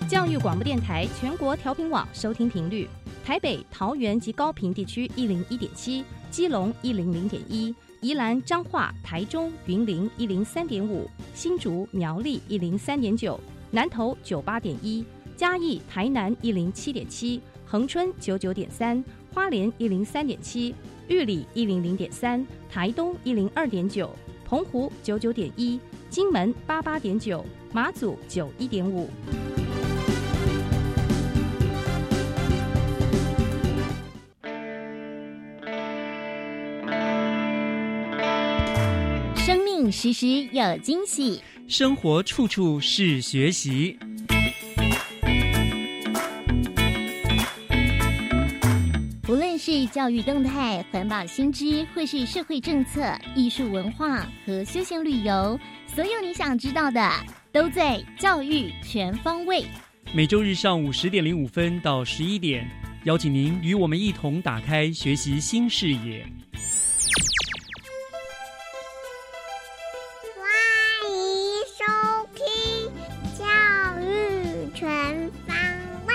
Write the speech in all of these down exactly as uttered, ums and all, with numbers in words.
教育广播电台全国调频网收听频率：台北、桃园及高屏地区一零一点七，基隆一零零点一，宜兰、彰化、台中、云林一零三点五，新竹、苗栗一零三点九，南投九八点一，嘉义、台南一零七点七，恒春九九点三，花莲一零三点七，玉里一零零点三，台东一零二点九，澎湖九九点一，金门八八点九，马祖九一点五。 生命时时有惊喜， 生活处处是学习。 无论是教育动态、环保新知，或是社会政策、艺术文化和休闲旅游，所有你想知道的，都在教育全方位。 每周日上午十点零五分到十一点，邀请您与我们一同打开学习新视野。 欢迎收听教育全方位。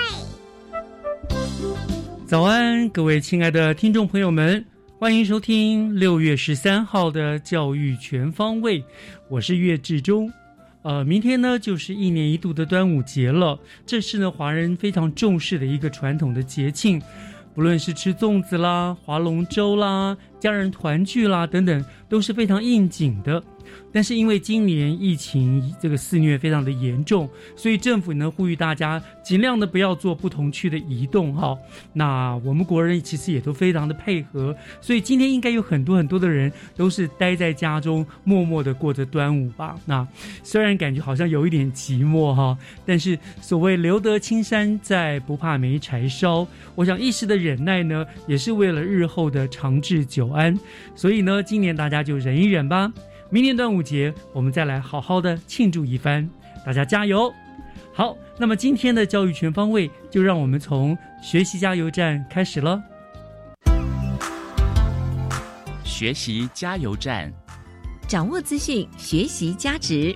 早安，各位亲爱的听众朋友们，欢迎收听六月十三号的教育全方位，我是岳志忠。呃，明天呢就是一年一度的端午节了，这是呢华人非常重视的一个传统的节庆，不论是吃粽子啦、划龙舟啦、家人团聚啦等等，都是非常应景的。但是因为今年疫情这个肆虐非常的严重，所以政府呢呼吁大家尽量的不要做不同区的移动哈。那我们国人其实也都非常的配合，所以今天应该有很多很多的人都是待在家中默默的过着端午吧。那虽然感觉好像有一点寂寞哈，但是所谓留得青山在，不怕没柴烧，我想一时的忍耐呢也是为了日后的长治久安。所以呢今年大家就忍一忍吧，明年端午节我们再来好好的庆祝一番，大家加油。好，那么今天的教育全方位就让我们从学习加油站开始了。 学习加油站， 掌握资讯，学习价值。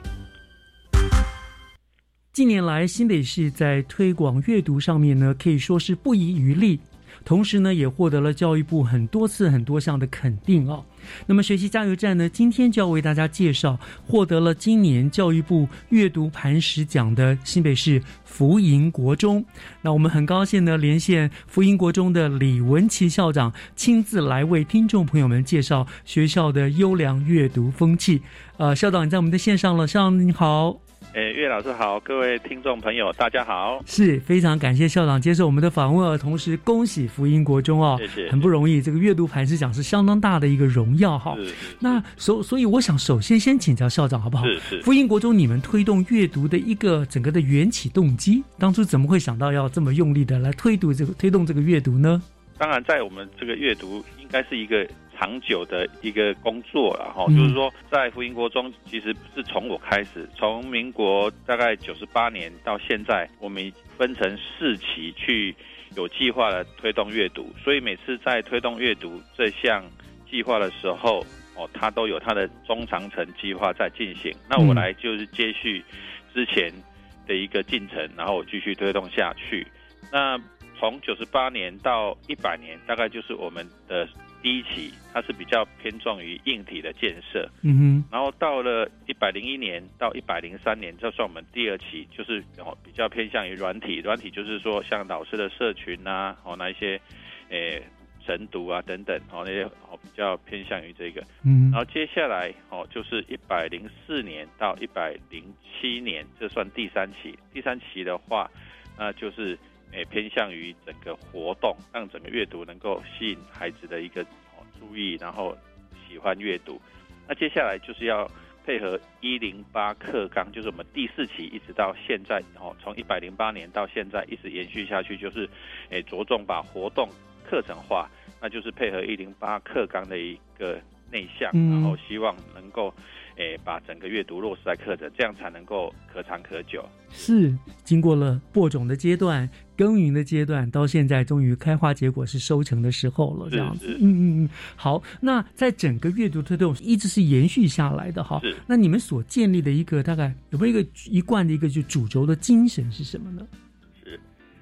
近年来新北市在推广阅读上面呢可以说是不遗余力，同时呢也获得了教育部很多次很多项的肯定哦。那么学习加油站呢今天就要为大家介绍获得了今年教育部阅读磐石奖的新北市福盈国中。那我们很高兴呢连线福盈国中的李文琪校长，亲自来为听众朋友们介绍学校的优良阅读风气。呃，校长你在我们的线上了，校长你好。 诶，岳老师好，各位听众朋友大家好。 是非常感谢校长接受我们的访问，同时恭喜福盈国中哦， 谢谢， 很不容易，这个阅读磐石奖是相当大的一个荣耀哈。 是是。 那所所以我想首先先请教校长好不好？ 是是。 福盈国中你们推动阅读的一个整个的缘起动机，当初怎么会想到要这么用力的来推读这个推动这个阅读呢？ 当然在我们这个阅读应该是一个长久的一个工作啦，嗯、就是说在福盈国中其实不是从我开始，从民国大概九十八年到现在，我们分成四期去有计划的推动阅读，所以每次在推动阅读这项计划的时候，哦，它都有它的中长程计划在进行。那我来就是接续之前的一个进程，然后我继续推动下去。那从九十八年到一百年，大概就是我们的第一期，它是比较偏重于硬体的建设。 嗯哼。 然后到了一百零一年到一百零三年，这算我们第二期，就是比较偏向于软体。软体就是说像老师的社群啊，哦那一些，诶晨读啊等等，哦那些哦比较偏向于这个。嗯。然后接下来哦就是一百零四年到一百零七年，这算第三期。第三期的话，那就是诶偏向于整个活动，让整个阅读能够吸引孩子的一个、哦、注意，然后喜欢阅读。那接下来就是要配合一零八课纲，就是我们第四期一直到现在，哦，从一百零八年到现在一直延续下去，就是诶着重把活动课程化，那就是配合一零八课纲的一个内向，然后希望能够诶把整个阅读落实在课程，这样才能够可长可久。 是经过了播种的阶段、耕耘的阶段，到现在终于开花结果，是收成的时候了，这样子。嗯嗯嗯。好，那在整个阅读推动一直是延续下来的哈。那你们所建立的一个大概有没有一个一贯的一个就主轴的精神是什么呢？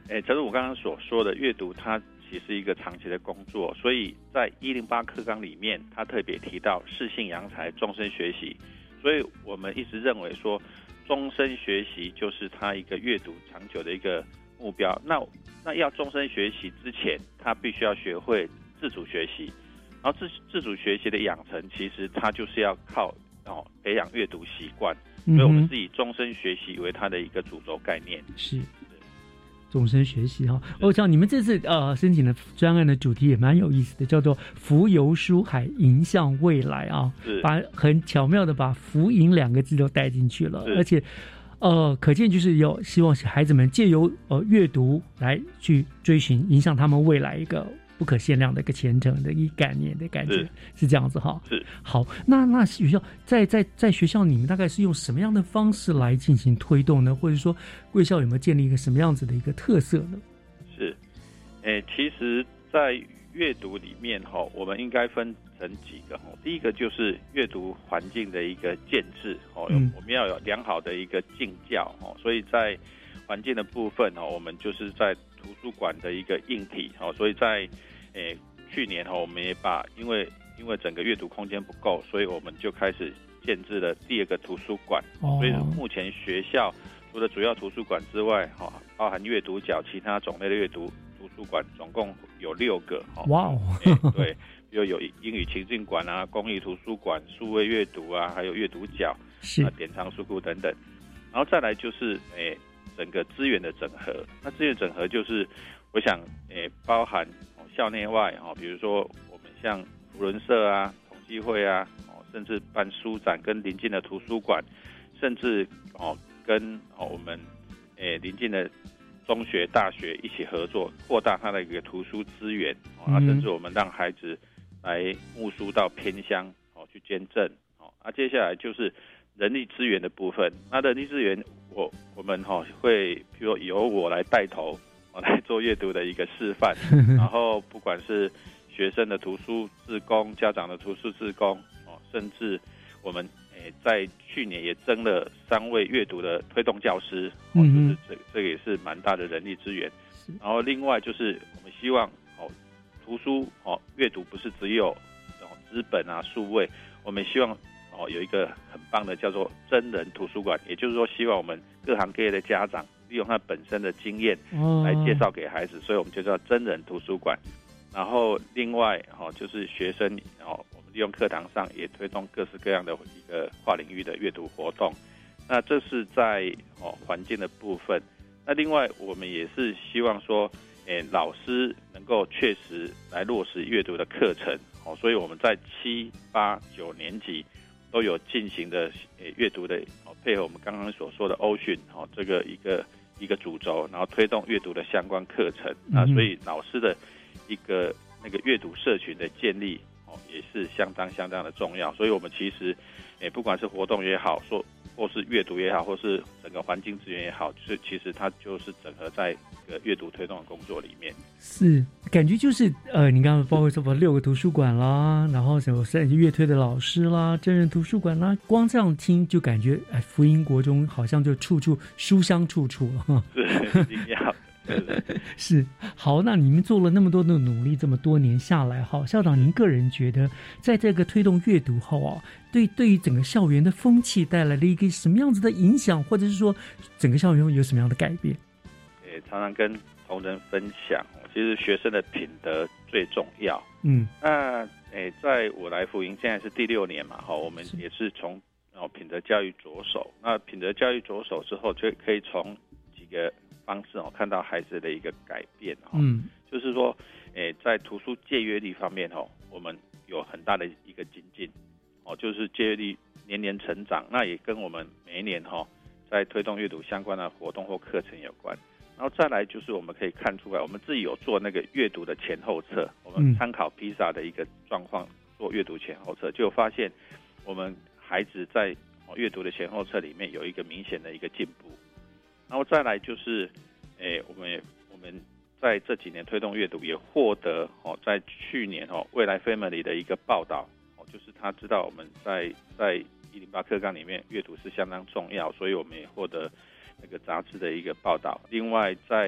诶，正如我刚刚所说的，阅读它其实是一个长期的工作，所以在一零八课纲里面，它特别提到适性扬才，终身学习。所以我们一直认为说，终身学习就是它一个阅读长久的一个目标。那那要终身学习之前，他必须要学会自主学习，然后自自主学习的养成，其实它就是要靠哦培养阅读习惯。所以我们是以终身学习为它的一个主轴概念。 是。终身学习哈，我想你们这次呃申请的专案的主题也蛮有意思的，叫做“浮游书海，迎向未来”啊，把很巧妙的把“浮迎”两个字都带进去了，而且呃，可见就是有希望孩子们借由呃阅读来去追寻，影响他们未来一个不可限量的一个前程的一概念的感觉，是, 是这样子哈。 是好， 那那学校在在在学校你们大概是用什么样的方式来进行推动呢？或者说贵校有没有建立一个什么样子的一个特色呢？ 是，诶，其实，在阅读里面哈，我们应该分成几个哈。第一个就是阅读环境的一个建制哦，嗯、我们要有良好的一个敬教哦，所以在环境的部分哦，我们就是在图书馆的一个硬体哦，所以在诶去年哦，我们也把因为因为整个阅读空间不够，所以我们就开始建制了第二个图书馆。哦、所以目前学校除了主要图书馆之外，哈，包含阅读角其他种类的阅读图书馆，总共有六个。 哇哦！ 对，比如有英语情境馆啊、公益图书馆、数位阅读啊，还有阅读角、啊、典藏书库等等。然后再来就是诶。整个资源的整合，那资源整合就是我想诶包含、哦、校内外哦，比如说我们像扶轮社啊、统计会啊，哦，甚至办书展跟邻近的图书馆，甚至哦跟哦我们诶邻近的中学、大学一起合作，扩大它的一个图书资源，哦、啊，甚至我们让孩子来募书到偏乡哦去捐赠，哦，啊，接下来就是人力资源的部分，那人力资源我我们哈、哦、会，比如由我来带头，我来做阅读的一个示范，然后不管是学生的图书志工、家长的图书志工，哦，甚至我们诶在去年也增了三位阅读的推动教师，哦，就是这这个也是蛮大的人力资源。然后另外就是我们希望哦图书哦阅读不是只有哦纸本啊数位，我们希望哦，有一个很棒的叫做真人图书馆，也就是说，希望我们各行各业的家长利用他本身的经验来介绍给孩子，哦、所以我们就叫真人图书馆。然后另外哦，就是学生哦，我们利用课堂上也推动各式各样的一个跨领域的阅读活动。那这是在哦环境的部分。那另外我们也是希望说，诶，老师能够确实来落实阅读的课程哦，所以我们在七八九年级都有进行的诶阅读的哦，配合我们刚刚所说的欧讯哦，这个一个一个主轴，然后推动阅读的相关课程。那、嗯、所以老师的一个那个阅读社群的建立哦，也是相当相当的重要。所以我们其实诶，不管是活动也好，说或是阅读也好，或是整个环境资源也好，就是其实它就是整合在一个阅读推动的工作里面。 是，感觉就是呃，你刚刚包括说六个图书馆啦，然后什么乐推的老师啦，真人图书馆啦，光这样听就感觉哎，福音国中好像就处处书香处处哈。 是，一定要。 是好，那你们做了那么多的努力，这么多年下来，哈，校长您个人觉得，在这个推动阅读后啊，对对于整个校园的风气带来了一个什么样子的影响，或者是说整个校园有什么样的改变？ 也常常跟同仁分享，其实学生的品德最重要。 嗯， 那诶，在我来福音现在是第六年嘛，哈，我们也是从哦品德教育着手。那品德教育着手之后，就可以从几个方式哦，看到孩子的一个改变哦，嗯，就是说，诶，在图书借阅率方面哦，我们有很大的一个精进哦，就是借阅率年年成长，那也跟我们每一年哈在推动阅读相关的活动或课程有关。然后再来就是我们可以看出来，我们自己有做那个阅读的前后测，我们参考披萨的一个状况做阅读前后测，就发现我们孩子在阅读的前后测里面有一个明显的一个进步。然后再来就是，诶，我们我们在这几年推动阅读，也获得哦，在去年哦，未来 Family 的一个报道哦，就是他知道我们在在一零八课纲里面阅读是相当重要，所以我们也获得那个杂志的一个报道。另外，在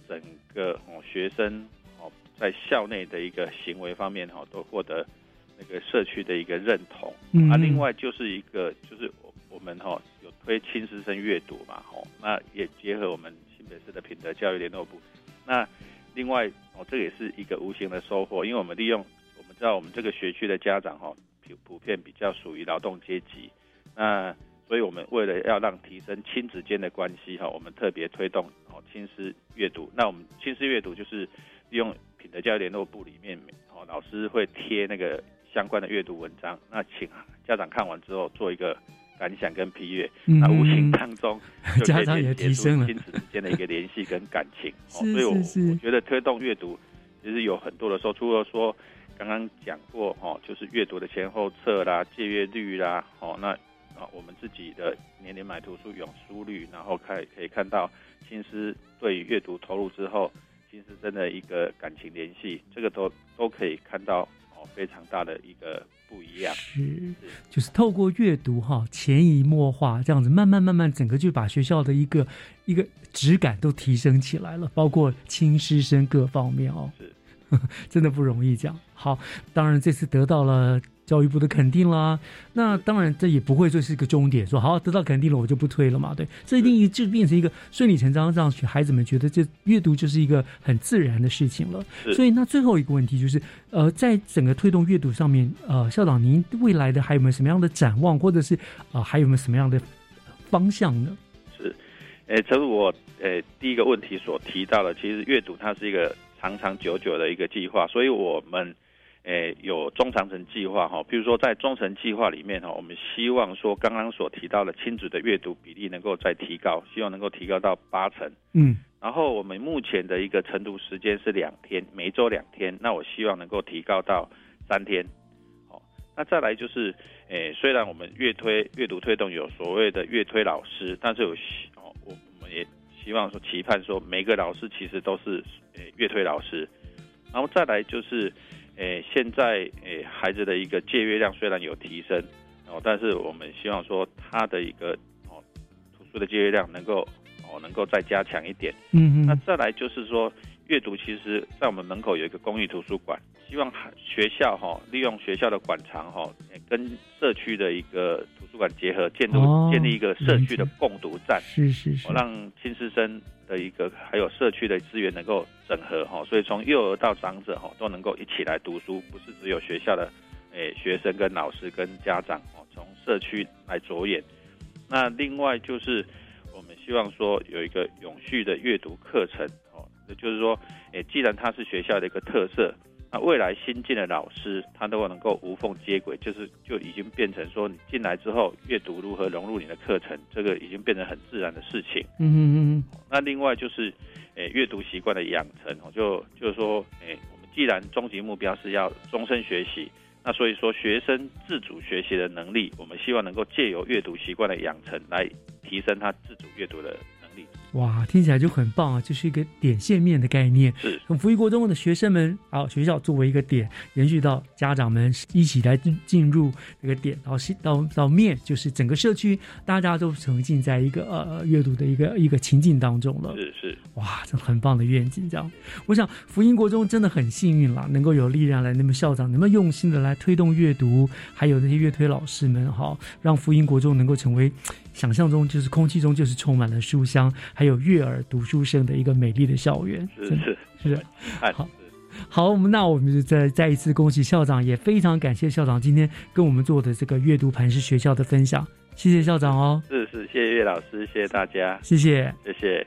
整个、哦、学生、哦、在校内的一个行为方面、哦、都获得那个社区的一个认同。嗯、啊，另外就是一个就是我们、哦、有推亲师生阅读嘛、哦，那也结合我们新北市的品德教育联络部。那另外、哦、这个也是一个无形的收获，因为我们利用我们知道我们这个学区的家长、哦、普遍比较属于劳动阶级，那所以我们为了要让提升亲子间的关系，我们特别推动亲师阅读。那我们亲师阅读就是利用品德教育联络部里面，老师会贴那个相关的阅读文章，那请家长看完之后做一个感想跟批阅，嗯、那无形当中就可以家长也提升了亲子之间的一个联系跟感情。 是是是， 所以我我觉得推动阅读其实有很多的时候，除了说刚刚讲过就是阅读的前后册啦、借阅率啦，那我们自己的年年买图书涌书率，然后可以可以看到亲师对于阅读投入之后，亲师生的一个感情联系，这个都都可以看到哦非常大的一个不一样。 是，是就是透过阅读哈，潜移默化这样子，慢慢慢慢，整个就把学校的一个一个质感都提升起来了，包括亲师生各方面哦。 是。 真的不容易讲。好，当然这次得到了教育部的肯定啦，那当然这也不会说是一个终点，说好得到肯定了我就不推了嘛，对，这一定就变成一个顺理成章，让孩子们觉得这阅读就是一个很自然的事情了。所以那最后一个问题就是呃，在整个推动阅读上面，呃，校长您未来的还有没有什么样的展望，或者是呃还有没有什么样的方向呢？ 是，诶，正如我诶第一个问题所提到的，其实阅读它是一个长长久久的一个计划，所以我们诶有中长程计划哈，比如说在中程计划里面哈，我们希望说刚刚所提到的亲子的阅读比例能够再提高，希望能够提高到八成。嗯，然后我们目前的一个晨读时间是两天，每一周两天，那我希望能够提高到三天。好，那再来就是诶，虽然我们阅推阅读推动有所谓的阅推老师，但是有哦，我我们也希望说期盼说每个老师其实都是诶阅推老师，然后再来就是诶现在诶孩子的一个借阅量虽然有提升哦，但是我们希望说他的一个哦图书的借阅量能够哦能够再加强一点。嗯嗯。那再来就是说阅读，其实在我们门口有一个公益图书馆，希望学校哈、哦、利用学校的馆藏哈、哦，跟社区的一个图书馆结合，建立、哦、建立一个社区的共读站， 是是是， 让亲师生的一个还有社区的资源能够整合哈，所以从幼儿到长者哈都能够一起来读书，不是只有学校的诶学生跟老师跟家长哦，从社区来着眼。那另外就是我们希望说有一个永续的阅读课程哦，就是说诶，既然它是学校的一个特色，那未来新进的老师他都能够无缝接轨，就是就已经变成说你进来之后阅读如何融入你的课程，这个已经变成很自然的事情。嗯嗯嗯。那另外就是诶阅读习惯的养成，就就是说诶我们既然终极目标是要终身学习，那所以说学生自主学习的能力，我们希望能够借由阅读习惯的养成来提升他自主阅读的能力。 哇，听起来就很棒啊，就是一个点线面的概念， 是从福义国中的学生们啊，学校作为一个点，延续到家长们一起来进入这个点，到到到面，就是整个社区大家都沉浸在一个呃阅读的一个一个情境当中了。 是是， 哇，这很棒的愿景。这样，我想福音国中真的很幸运啦，能够有力量来，那么校长那么用心的来推动阅读，还有那些阅推老师们哈，让福音国中能够成为想象中就是空气中就是充满了书香，还有悦耳读书声的一个美丽的校园。 是是是，好，好，那我们就再再一次恭喜校长，也非常感谢校长今天跟我们做的这个阅读磐石学校的分享，谢谢校长哦。 是是，谢谢岳老师，谢谢大家， 谢谢谢谢。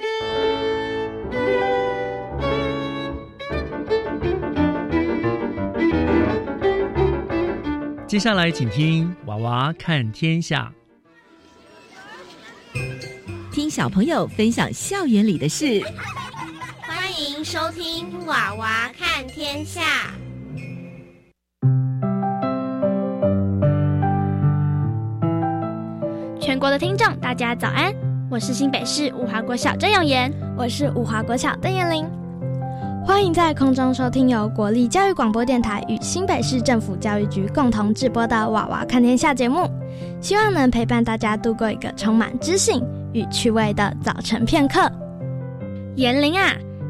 接下来请听娃娃看天下， 听小朋友分享校园里的事。 欢迎收听娃娃看天下。 全国的听众大家早安，我是新北市五华国小郑永妍，我是五华国小邓彦玲。欢迎在空中收听由国立教育广播电台与新北市政府教育局共同制播的娃娃看天下节目，希望能陪伴大家度过一个充满知性与趣味的早晨片刻。妍玲啊，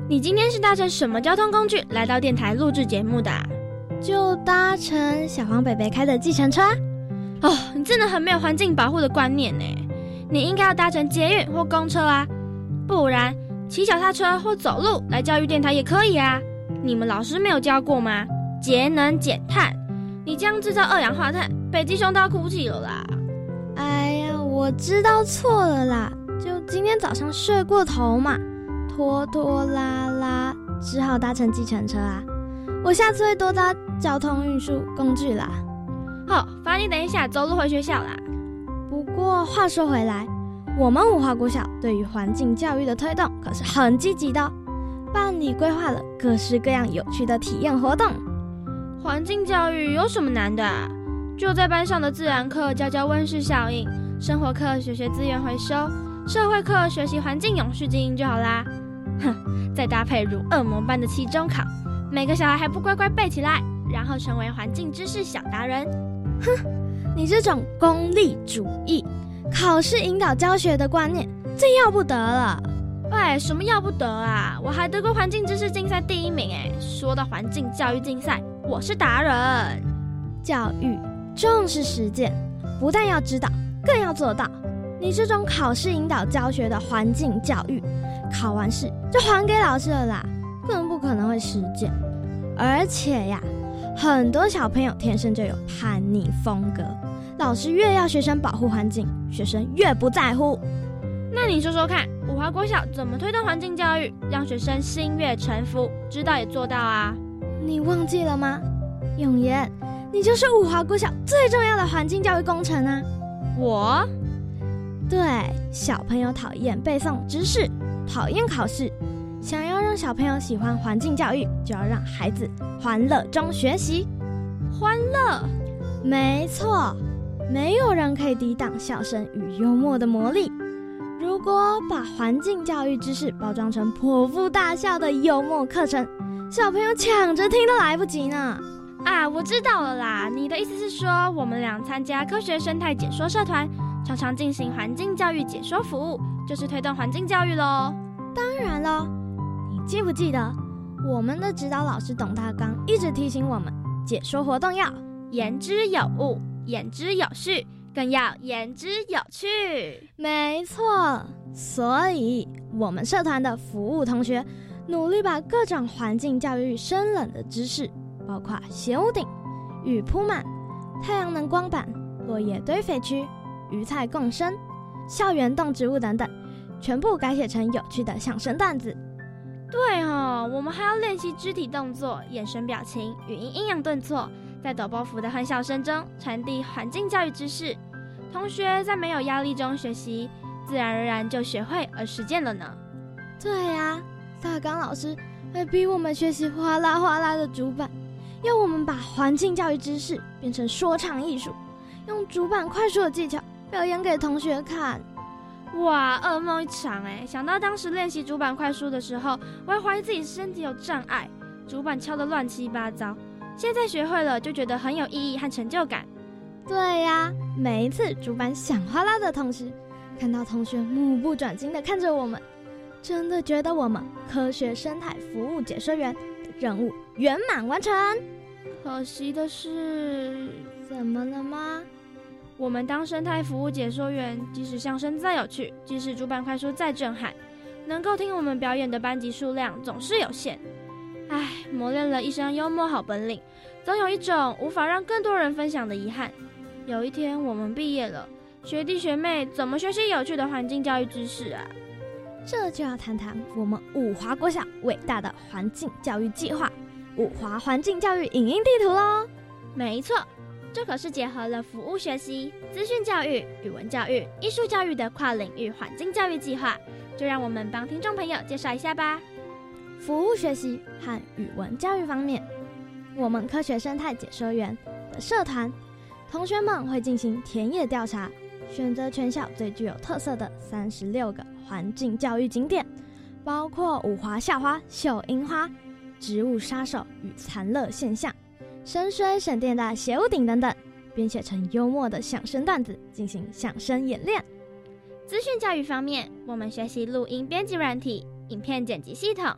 你今天是搭乘什么交通工具来到电台录制节目的啊？ 就搭乘小黄北北开的计程车。 哦，你真的很没有环境保护的观念呢。你应该要搭乘捷运或公车啊，不然骑脚踏车或走路来教育电台也可以啊。你们老师没有教过吗？节能减碳，你这样制造二氧化碳，北极熊都要哭泣了啦。 哎呀，我知道错了啦，就今天早上睡过头嘛，拖拖拉拉，只好搭乘计程车啊。我下次会多搭交通运输工具啦。 好、哦，罚你等一下走路回学校啦。 不过话说回来，我们五华国小对于环境教育的推动可是很积极的、哦，办理规划了各式各样有趣的体验活动。 环境教育有什么难的啊？就在班上的自然课教教温室效应，生活课学学资源回收，社会课学习环境永续经营就好啦。哼，再搭配如恶魔般的期中考，每个小孩还不乖乖背起来，然后成为环境知识小达人。 哼，你这种功利主义、考试引导教学的观念，最要不得了。 喂，什么要不得啊？我还得过环境知识竞赛第一名哎！说到环境教育竞赛，我是达人。 教育重视实践，不但要知道，更要做到。你这种考试引导教学的环境教育，考完试就还给老师了啦，更不可能会实践。而且呀，很多小朋友天生就有叛逆风格，老师越要学生保护环境，学生越不在乎。 那你说说看，五华国小怎么推动环境教育，让学生心悦诚服，知道也做到啊？ 你忘记了吗？永言，你就是五华国小最重要的环境教育工程啊！ 我？ 对，小朋友讨厌背诵知识，讨厌考试，想要让小朋友喜欢环境教育，就要让孩子欢乐中学习。 欢乐？ 没错，没有人可以抵挡笑声与幽默的魔力。如果把环境教育知识包装成颇富大笑的幽默课程，小朋友抢着听都来不及呢。 啊，我知道了啦，你的意思是说，我们俩参加科学生态解说社团，常常进行环境教育解说服务，就是推动环境教育咯。 当然咯，你记不记得我们的指导老师董大刚一直提醒我们，解说活动要言之有物，言之有序，更要言之有趣。 没错，所以我们社团的服务同学努力把各种环境教育生冷的知识，包括斜屋顶、雨铺满、太阳能光板、落叶堆肥区、鱼菜共生、校园动植物等等，全部改写成有趣的相声段子。 对哦，我们还要练习肢体动作、眼神表情、语音阴阳顿挫，在抖包袱的很小声中传递环境教育知识。同学在没有压力中学习，自然而然就学会而实践了呢。 对呀，大刚老师还逼我们学习哗啦哗啦的主板，要我们把环境教育知识变成说唱艺术，用主板快速的技巧表演给同学看。 哇，噩梦一场哎！想到当时练习主板快书的时候，我还怀疑自己身体有障碍，主板敲得乱七八糟。现在学会了，就觉得很有意义和成就感。 对呀，每一次主板响哗啦的同时，看到同学目不转睛地看着我们，真的觉得我们科学生态服务解说员的任务圆满完成。 可惜的是， 怎么了吗？ 我们当生态服务解说员，即使相声再有趣，即使主板快书再震撼，能够听我们表演的班级数量总是有限。唉，磨练了一身幽默好本领，总有一种无法让更多人分享的遗憾。有一天我们毕业了，学弟学妹怎么学习有趣的环境教育知识啊？ 这就要谈谈我们五华国小伟大的环境教育计划——五华环境教育影音地图咯。 没错，这可是结合了服务学习、资讯教育、语文教育、艺术教育的跨领域环境教育计划。就让我们帮听众朋友介绍一下吧。 服务学习和语文教育方面，我们科学生态解说员的社团同学们会进行田野调查，选择全校最具有特色的三十六个环境教育景点，包括五华校花秀樱花、植物杀手与残乐现象、省水省电的斜屋顶等等，编写成幽默的相声段子进行相声演练。 资讯教育方面，我们学习录音编辑软体、影片剪辑系统，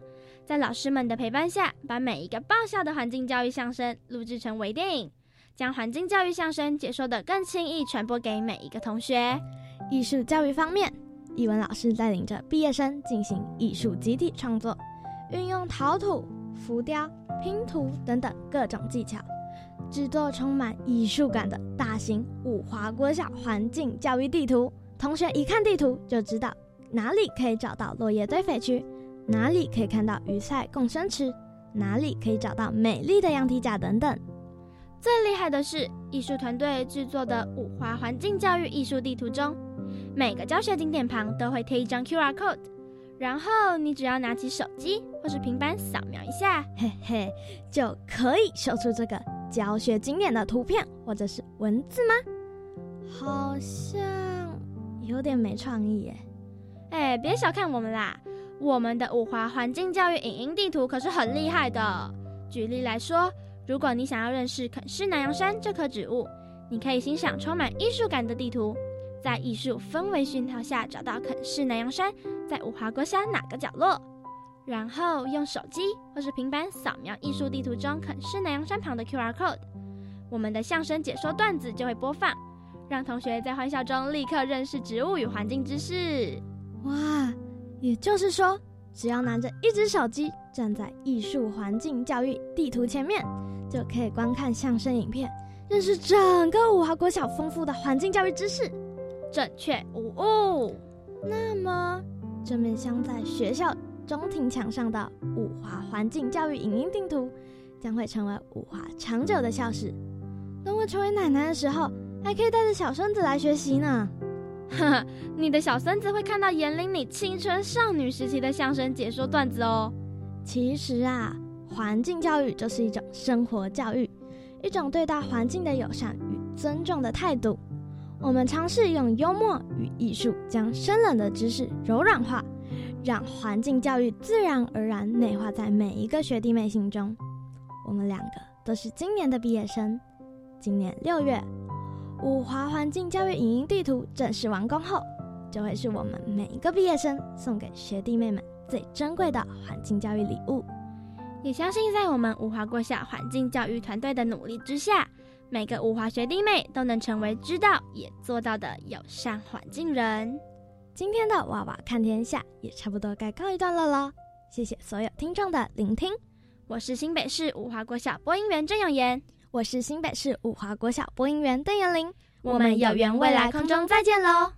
在老师们的陪伴下，把每一个爆笑的环境教育相声录制成微电影，将环境教育相声解说得更轻易传播给每一个同学。 艺术教育方面，艺文老师带领着毕业生进行艺术集体创作，运用陶土、浮雕、拼图等等各种技巧，制作充满艺术感的大型五华国小环境教育地图。同学一看地图就知道哪里可以找到落叶堆肥区，哪里可以看到鱼菜共生池，哪里可以找到美丽的羊蹄甲等等。 最厉害的是，艺术团队制作的五华环境教育艺术地图中，每个教学景点旁都会贴一张 Q R code， 然后你只要拿起手机或是平板扫描一下， 嘿嘿，就可以秀出这个教学景点的图片或者是文字吗？好像有点没创意耶。 哎，别小看我们啦，我们的五华环境教育影音地图可是很厉害的。举例来说，如果你想要认识肯氏南洋杉这棵植物，你可以欣赏充满艺术感的地图，在艺术氛围熏陶下找到肯氏南洋杉在五华国小哪个角落，然后用手机或是平板扫描艺术地图中肯氏南洋杉旁的 Q R code， 我们的相声解说段子就会播放，让同学在欢笑中立刻认识植物与环境知识。 哇，也就是说，只要拿着一只手机站在艺术环境教育地图前面，就可以观看相声影片，认识整个五华国小丰富的环境教育知识。 正确无误。 那么，这面镶在学校中庭墙上的五华环境教育影音地图，将会成为五华长久的校史。等我成为奶奶的时候，还可以带着小孙子来学习呢。 呵呵，你的小孙子会看到引领你青春少女时期的相声解说段子哦。 其实啊，环境教育就是一种生活教育，一种对待环境的友善与尊重的态度。我们尝试用幽默与艺术将生冷的知识柔软化，让环境教育自然而然内化在每一个学弟妹心中。我们两个都是今年的毕业生，今年六月，五华环境教育影音地图正式完工后，就会是我们每一个毕业生送给学弟妹们最珍贵的环境教育礼物。 也相信在我们五华国小环境教育团队的努力之下，每个五华学弟妹都能成为知道也做到的友善环境人。 今天的娃娃看天下也差不多该告一段落了，谢谢所有听众的聆听。 我是新北市五华国小播音员郑永妍， 我是新北市五华国小播音员邓妍玲， 我们有缘未来空中再见喽。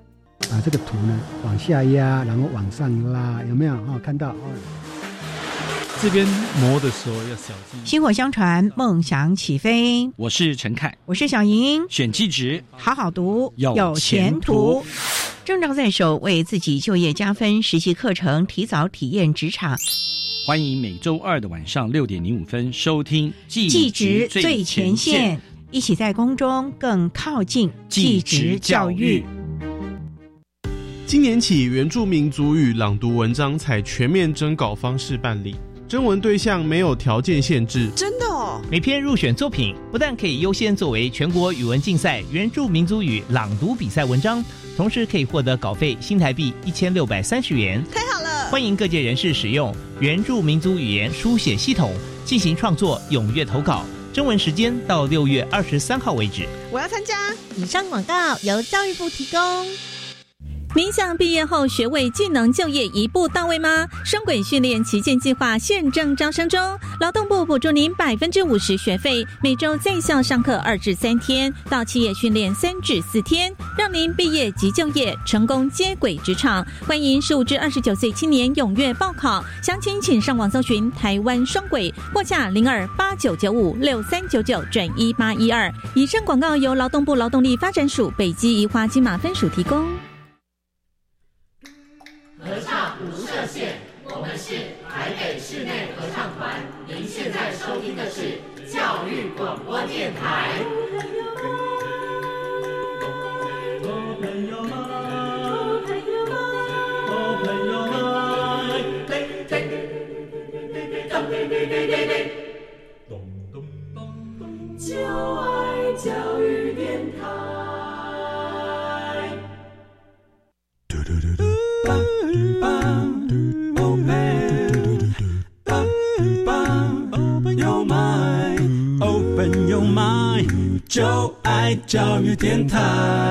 这个图呢往下压，然后往上拉，有没有？哦，看到哦。 这边磨的时候要小心。 薪火相传，梦想起飞。 我是陈凯， 我是小莹。 选技职， 好好读， 有前途。 证照在手，为自己就业加分。实习课程，提早体验职场。 欢迎每周二的晚上六点零五分收听技职最前线，一起在空中更靠近技职教育。 今年起，原住民族语朗读文章采全面征稿方式办理，征文对象没有条件限制。 真的哦！ 每篇入选作品不但可以优先作为全国语文竞赛原住民族语朗读比赛文章，同时可以获得稿费新台币一千六百三十元。 太好了！ 欢迎各界人士使用原住民族语言书写系统进行创作，踊跃投稿。征文时间到六月二十三号为止。 我要参加。 以上广告由教育部提供。 您想毕业后学位技能就业一步到位吗？双轨训练旗舰计划现正招生中，劳动部补助您百分之五十学费，每周在校上课二至三天，到企业训练三至四天，让您毕业即就业，成功接轨职场。欢迎十五至二十九岁青年踊跃报考，详情请上网搜寻台湾双轨，或洽零二八九九五六三九九转一八一二。以上广告由劳动部劳动力发展署北基宜花金马分署提供。 合唱无设限，我们是台北室内合唱团。您现在收听的是教育广播电台。哦朋友们，哦朋友们，哦朋友们，嘞嘞咚嘞嘞嘞嘞嘞，咚咚咚，就爱教育电台。嘟嘟嘟嘟。Open your mind, open your mind， 就爱教育电台。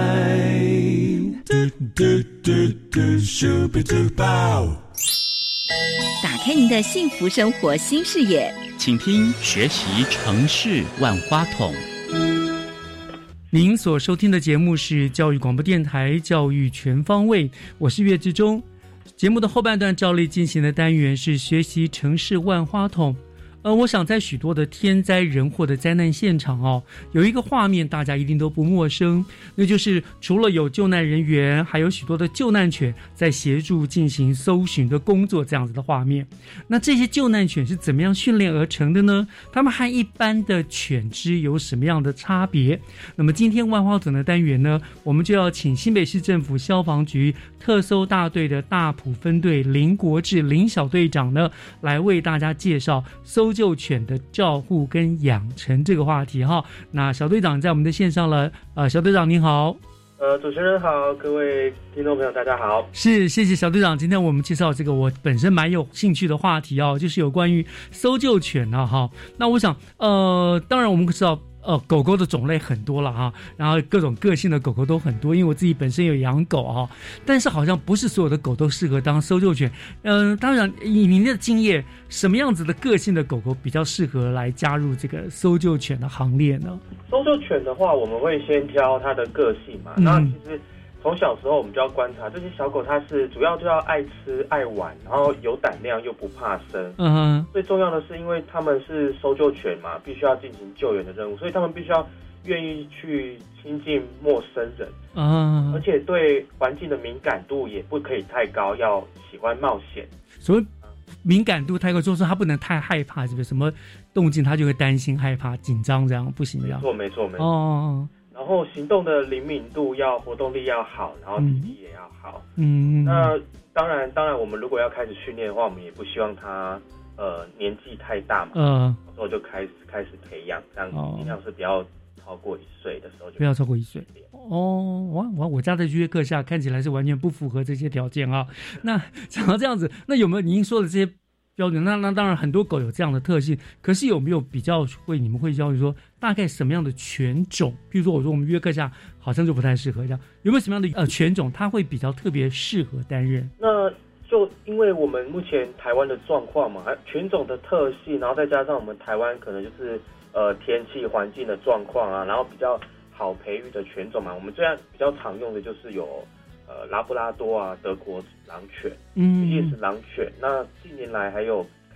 打开您的幸福生活新视野， 请听学习城市万花筒。 您所收听的节目是教育广播电台教育全方位，我是岳志忠。节目的后半段照例进行的单元是学习城市万花筒。呃，我想在许多的天灾人祸的灾难现场哦，有一个画面大家一定都不陌生，那就是除了有救难人员，还有许多的救难犬在协助进行搜寻的工作，这样子的画面。那这些救难犬是怎么样训练而成的呢？它们和一般的犬只有什么样的差别？那么今天万花筒的单元呢，我们就要请新北市政府消防局特搜大队的大埔分队林国志林小队长呢，来为大家介绍搜救犬的照护跟养成这个话题哈。那小队长在我们的线上了，呃，小队长您好。 呃，主持人好，各位听众朋友大家好。 是，谢谢小队长。今天我们介绍这个我本身蛮有兴趣的话题哦，就是有关于搜救犬啊哈。那我想，呃，当然我们知道。呃，狗狗的种类很多了哈，然后各种个性的狗狗都很多，因为我自己本身有养狗哈，但是好像不是所有的狗都适合当搜救犬。嗯、呃，当然以您的经验，什么样子的个性的狗狗比较适合来加入这个搜救犬的行列呢？ 搜救犬的话，我们会先挑它的个性嘛，嗯、那其实从小时候我们就要观察这些小狗，它是主要就要爱吃爱玩，然后有胆量又不怕生。 嗯哼。 最重要的是，因为他们是搜救犬嘛，必须要进行救援的任务，所以他们必须要愿意去亲近陌生人。 嗯。 而且对环境的敏感度也不可以太高，要喜欢冒险。 所以敏感度太高，就是他不能太害怕，是不是？什么动静他就会担心、害怕、紧张，这样不行这样。 没错，没错，没错。 哦。 然后行动的灵敏度要活动力要好，然后体力也要好。 嗯， 那当然，当然，我们如果要开始训练的话，我们也不希望他呃年纪太大嘛， 嗯， 然后就开始开始培养，这样尽量是不要超过一岁的时候就不要超过一岁。哦，哇哇，我家的约克夏看起来是完全不符合这些条件啊。那讲到这样子，那有没有您说的这些标准？那那当然很多狗有这样的特性，可是有没有比较会你们会教育说大概什么样的犬种？比如说我说我们约克夏好像就不太适合这样，有没有什么样的呃犬种它会比较特别适合担任？ 那就因为我们目前台湾的状况嘛，犬种的特性，然后再加上我们台湾可能就是呃天气环境的状况啊，然后比较好培育的犬种嘛，我们这样比较常用的就是有呃拉布拉多啊、德国狼犬，嗯，也是狼犬。那近年来还有开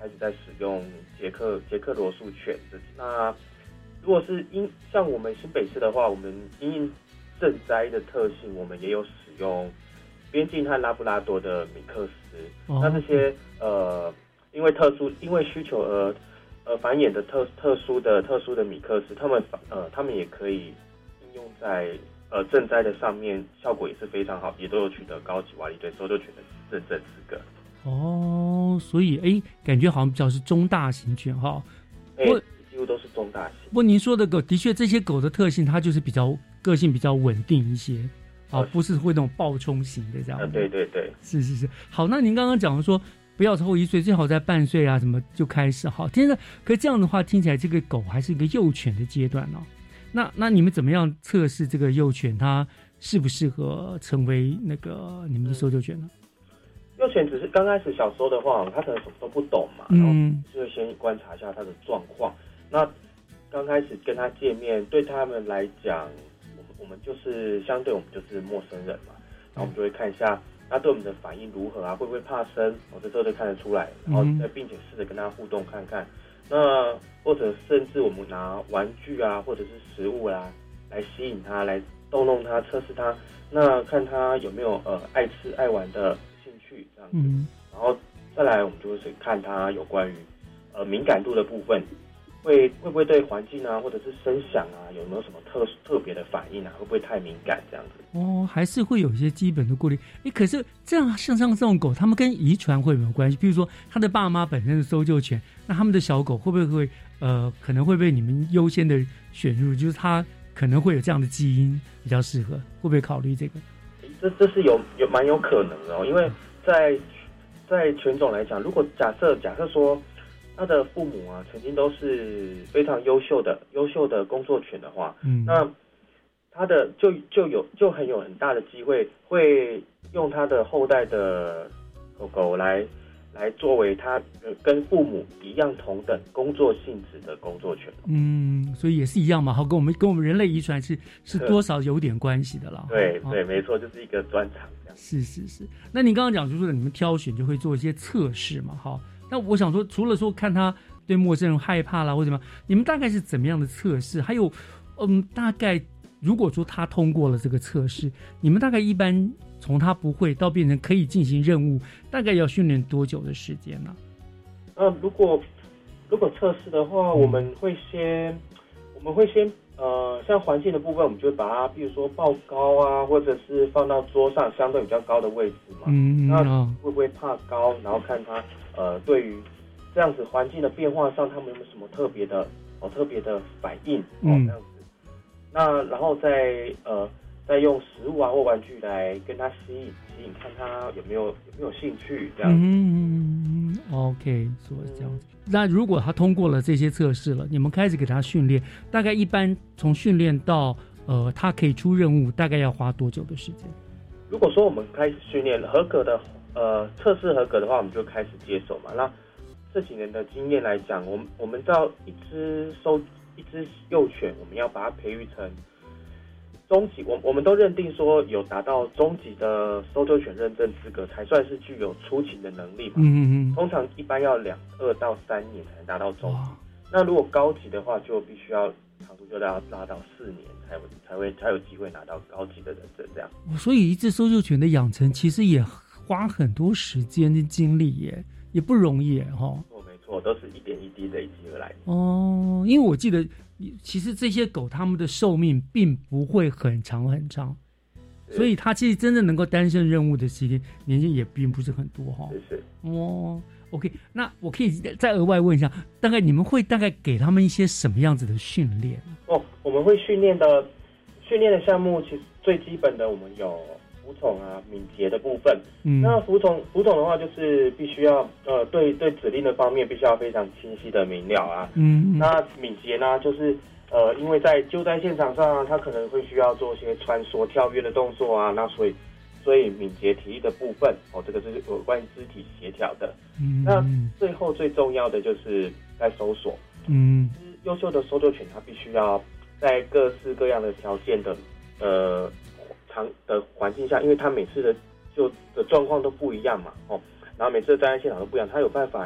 开始在使用捷克捷克罗素犬。那如果是因像我们新北市的话，我们因应赈灾的特性，我们也有使用边境和拉布拉多的米克斯。哦、那这些呃，因为特殊因为需求而呃繁衍的特特殊的特殊的米克斯，他们呃他们也可以应用在呃赈灾的上面，效果也是非常好，也都有取得高级瓦力队搜救犬的认证资格。 哦，所以哎，感觉好像比较是中大型犬哈。 哎，几乎都是中大型。 不过您说的狗，的确这些狗的特性，它就是比较个性比较稳定一些。啊，不是会那种暴冲型的这样、 啊。对对对， 是是是。好，那您刚刚讲说不要超过一岁，最好在半岁啊什么就开始。好，听着，可这样的话听起来这个狗还是一个幼犬的阶段哦。那那你们怎么样测试这个幼犬它适不适合成为那个你们的搜救犬呢？ 幼犬只是刚开始小时候的话，它可能什么都不懂嘛，然后就会先观察一下它的状况。那刚开始跟它见面，对他们来讲。我们就是相对我们就是陌生人嘛，然后我们就会看一下他对我们的反应如何啊，会不会怕生，我这时候就看得出来，然后再并且试着跟他互动看看。那或者甚至我们拿玩具啊，或者是食物啊，来吸引他，来逗弄他，测试他，那看他有没有呃爱吃爱玩的兴趣这样子。嗯、然后再来我们就是看他有关于呃敏感度的部分。会会不会对环境啊，或者是声响啊，有没有什么特特别的反应啊？会不会太敏感这样子？ 哦，还是会有一些基本的顾虑。哎，可是这样像像这种狗，它们跟遗传会有没有关系？比如说，它的爸妈本身是搜救犬，那他们的小狗会不会会呃，可能会被你们优先的选入？就是它可能会有这样的基因比较适合，会不会考虑这个？ 这这是有有蛮有可能的哦，因为在在犬种来讲，如果假设假设说。他的父母啊，曾经都是非常优秀的、优秀的工作犬的话，嗯，那他的就就有就很有很大的机会会用他的后代的狗狗来来作为他呃跟父母一样同等工作性质的工作犬。 嗯，所以也是一样嘛，好，跟我们跟我们人类遗传是是多少有点关系的啦。 对对，没错，就是一个专长这样。 是是是，那你刚刚讲就是你们挑选就会做一些测试嘛，好。那我想说，除了说看他对陌生人害怕啦，或者什么，你们大概是怎么样的测试？还有，嗯，大概如果说他通过了这个测试，你们大概一般从他不会到变成可以进行任务，大概要训练多久的时间呢？ 呃，如果如果测试的话，我们会先我们会先呃，像环境的部分，我们就会把它，比如说抱高啊，或者是放到桌上相对比较高的位置嘛。嗯，那会不会怕高？然后看他。呃，对于这样子环境的变化上，他们有没有什么特别的哦特别的反应哦、嗯、这样子？那然后再呃再用食物啊或玩具来跟他吸引吸引，看他有没有有没有兴趣这样子。 嗯嗯 ，OK， 所以这样子。嗯、那如果他通过了这些测试了，你们开始给他训练，大概一般从训练到呃他可以出任务，大概要花多久的时间？ 如果说我们开始训练合格的。呃，测试合格的话，我们就开始接手嘛。那这几年的经验来讲，我们我们知道一只收一只幼犬，我们要把它培育成中级，我我们都认定说有达到中级的搜救犬认证资格，才算是具有出勤的能力嘛。嗯嗯。通常一般要两二到三年才能达到中级。那如果高级的话，就必须要长度就要拉到四年才才会才有机会拿到高级的认证这样。 所以一只搜救犬的养成其实也花很多时间跟精力耶，也不容易耶哈。 哦，没错，都是一点一滴累积而来。 哦，因为我记得，其实这些狗它们的寿命并不会很长很长，所以它其实真正能够担任任务的时间年纪也并不是很多哈。 是是。 哦 ，OK， 那我可以再额外问一下，大概你们会大概给他们一些什么样子的训练？ 哦，我们会训练的训练的项目，其实最基本的我们有。服从啊，敏捷的部分。嗯，那服从服从的话，就是必须要呃，对对指令的方面必须要非常清晰的明了啊。嗯，那敏捷呢，就是呃，因为在救灾现场上、啊，他可能会需要做一些穿梭、跳跃的动作啊，那所以所以敏捷体力的部分，哦，这个是有关于肢体协调的。嗯，那最后最重要的就是在搜索。嗯，优秀的搜救犬，它必须要在各式各样的条件的呃。的环境下，因为他每次的就的状况都不一样嘛，哦，然后每次的灾害现场都不一样，他有办法哦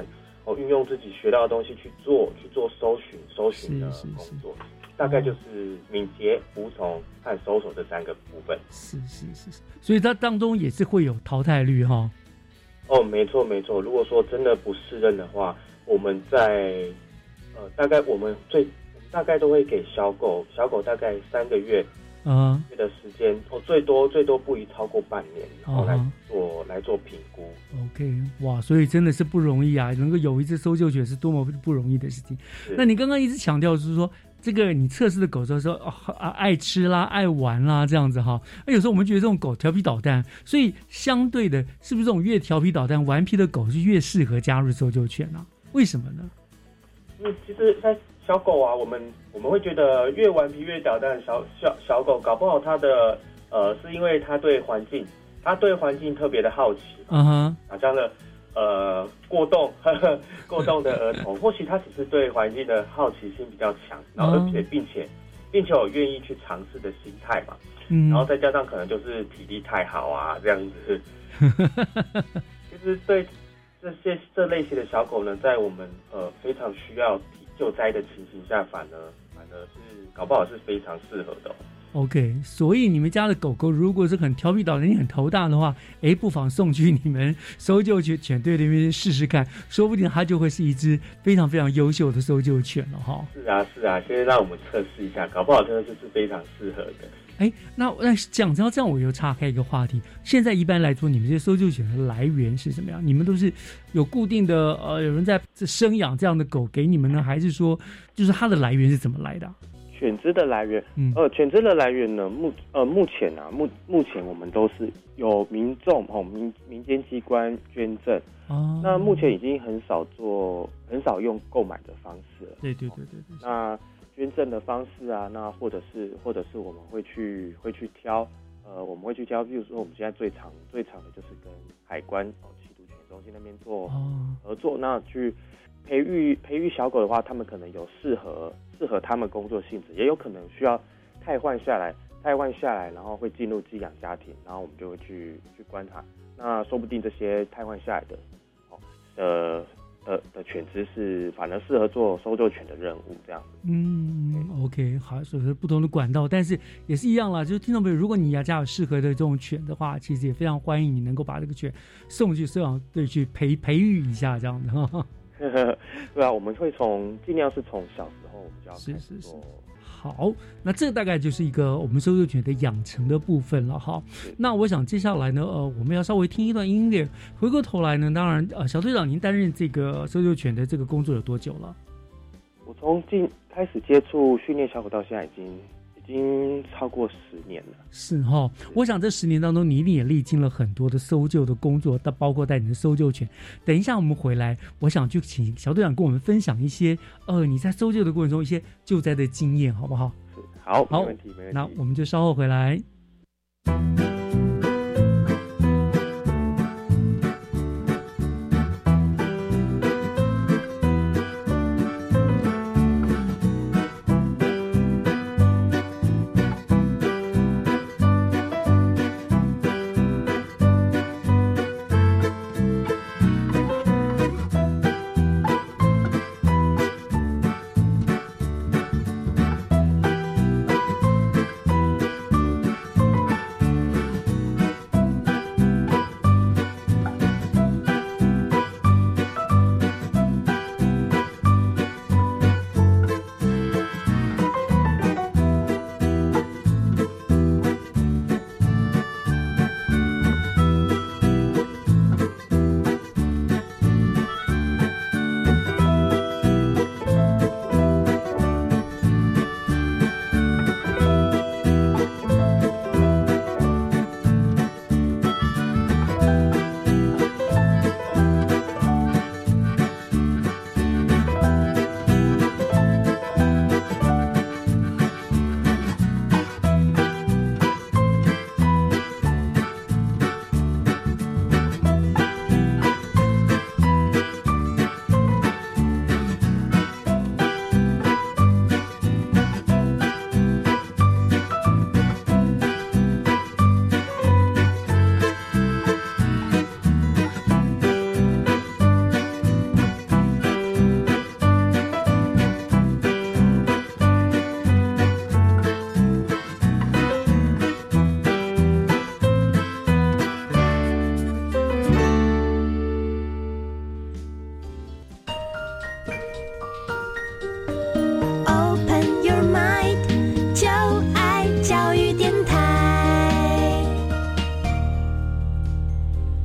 哦，运用自己学到的东西去做去做搜寻搜寻的工作，大概就是敏捷、服从和搜索这三个部分。 是是是是，所以它当中也是会有淘汰率哈。 哦，没错没错。如果说真的不适任的话，我们在呃大概我们最大概都会给小狗小狗大概三个月。嗯，的时间哦，最多最多不宜超过半年，然后来做、uh-huh. 来做评估。 OK， 哇，所以真的是不容易啊！能够有一只搜救犬是多么不容易的事情。那你刚刚一直强调就是说，这个你测试的狗说说啊爱吃啦、爱玩啦这样子哈。那有时候我们觉得这种狗调皮捣蛋，所以相对的，是不是这种越调皮捣蛋、顽皮的狗是越适合加入搜救犬啊？为什么呢？ 嗯，其实在小狗啊，我们我们会觉得越顽皮越捣蛋的小小小狗，搞不好它的呃是因为它对环境，它对环境特别的好奇，嗯哼，好像的呃过动呵呵过动的儿童，或许它只是对环境的好奇心比较强，然后而且并且并且有愿意去尝试的心态嘛，嗯，然后再加上可能就是体力太好啊这样子，其实对这些这类型的小狗呢，在我们呃非常需要救灾的情形下，反而反而是搞不好是非常适合的、哦。 OK， 所以你们家的狗狗如果是很调皮捣蛋、很头大的话，哎，不妨送去你们搜救犬队那边试试看，说不定它就会是一只非常非常优秀的搜救犬了哈。 是啊，是啊，先让我们测试一下，搞不好真的就是非常适合的。 哎，那那讲到这样，我又岔开一个话题。现在一般来说，你们这些搜救犬的来源是什么样？你们都是有固定的呃，有人在生养这样的狗给你们呢，还是说就是它的来源是怎么来的、啊？ 犬只的来源，嗯，呃，犬只的来源呢，目呃目前啊，目目前我们都是有民众哦民民间机关捐赠，哦，那目前已经很少做，很少用购买的方式了。 对对对对对。 那捐赠的方式啊，那或者是或者是我们会去会去挑，呃，我们会去挑，比如说我们现在最常最常的就是跟海关哦缉毒犬中心那边做合作，哦、那去培育培育小狗的话，他们可能有适合适合他们工作性质，也有可能需要汰换下来，汰换下来，然后会进入寄养家庭，然后我们就会去去观察，那说不定这些汰换下来的哦呃。的的犬只是反而适合做搜救犬的任务，这样子。 嗯 ，OK， 好，所以是不同的管道，但是也是一样啦。就是听众朋友，如果你要家有适合的这种犬的话，其实也非常欢迎你能够把这个犬送去收养队去培培育一下，这样的。 对啊，我们会从尽量是从小时候我们就要开始做。 好，那这大概就是一个我们搜救犬的养成的部分了哈。那我想接下来呢，呃，我们要稍微听一段音乐。回过头来呢，当然，呃，小队长，您担任这个搜救犬的这个工作有多久了？ 我从进开始接触训练小狗到现在，已经已经超过十年了。 是哈、哦，我想这十年当中，你一定也历经了很多的搜救的工作，包括带你的搜救犬。等一下我们回来，我想就请小队长跟我们分享一些，呃，你在搜救的过程中一些救灾的经验，好不好？ 是，好， 好， 没问题，没问题。 那我们就稍后回来。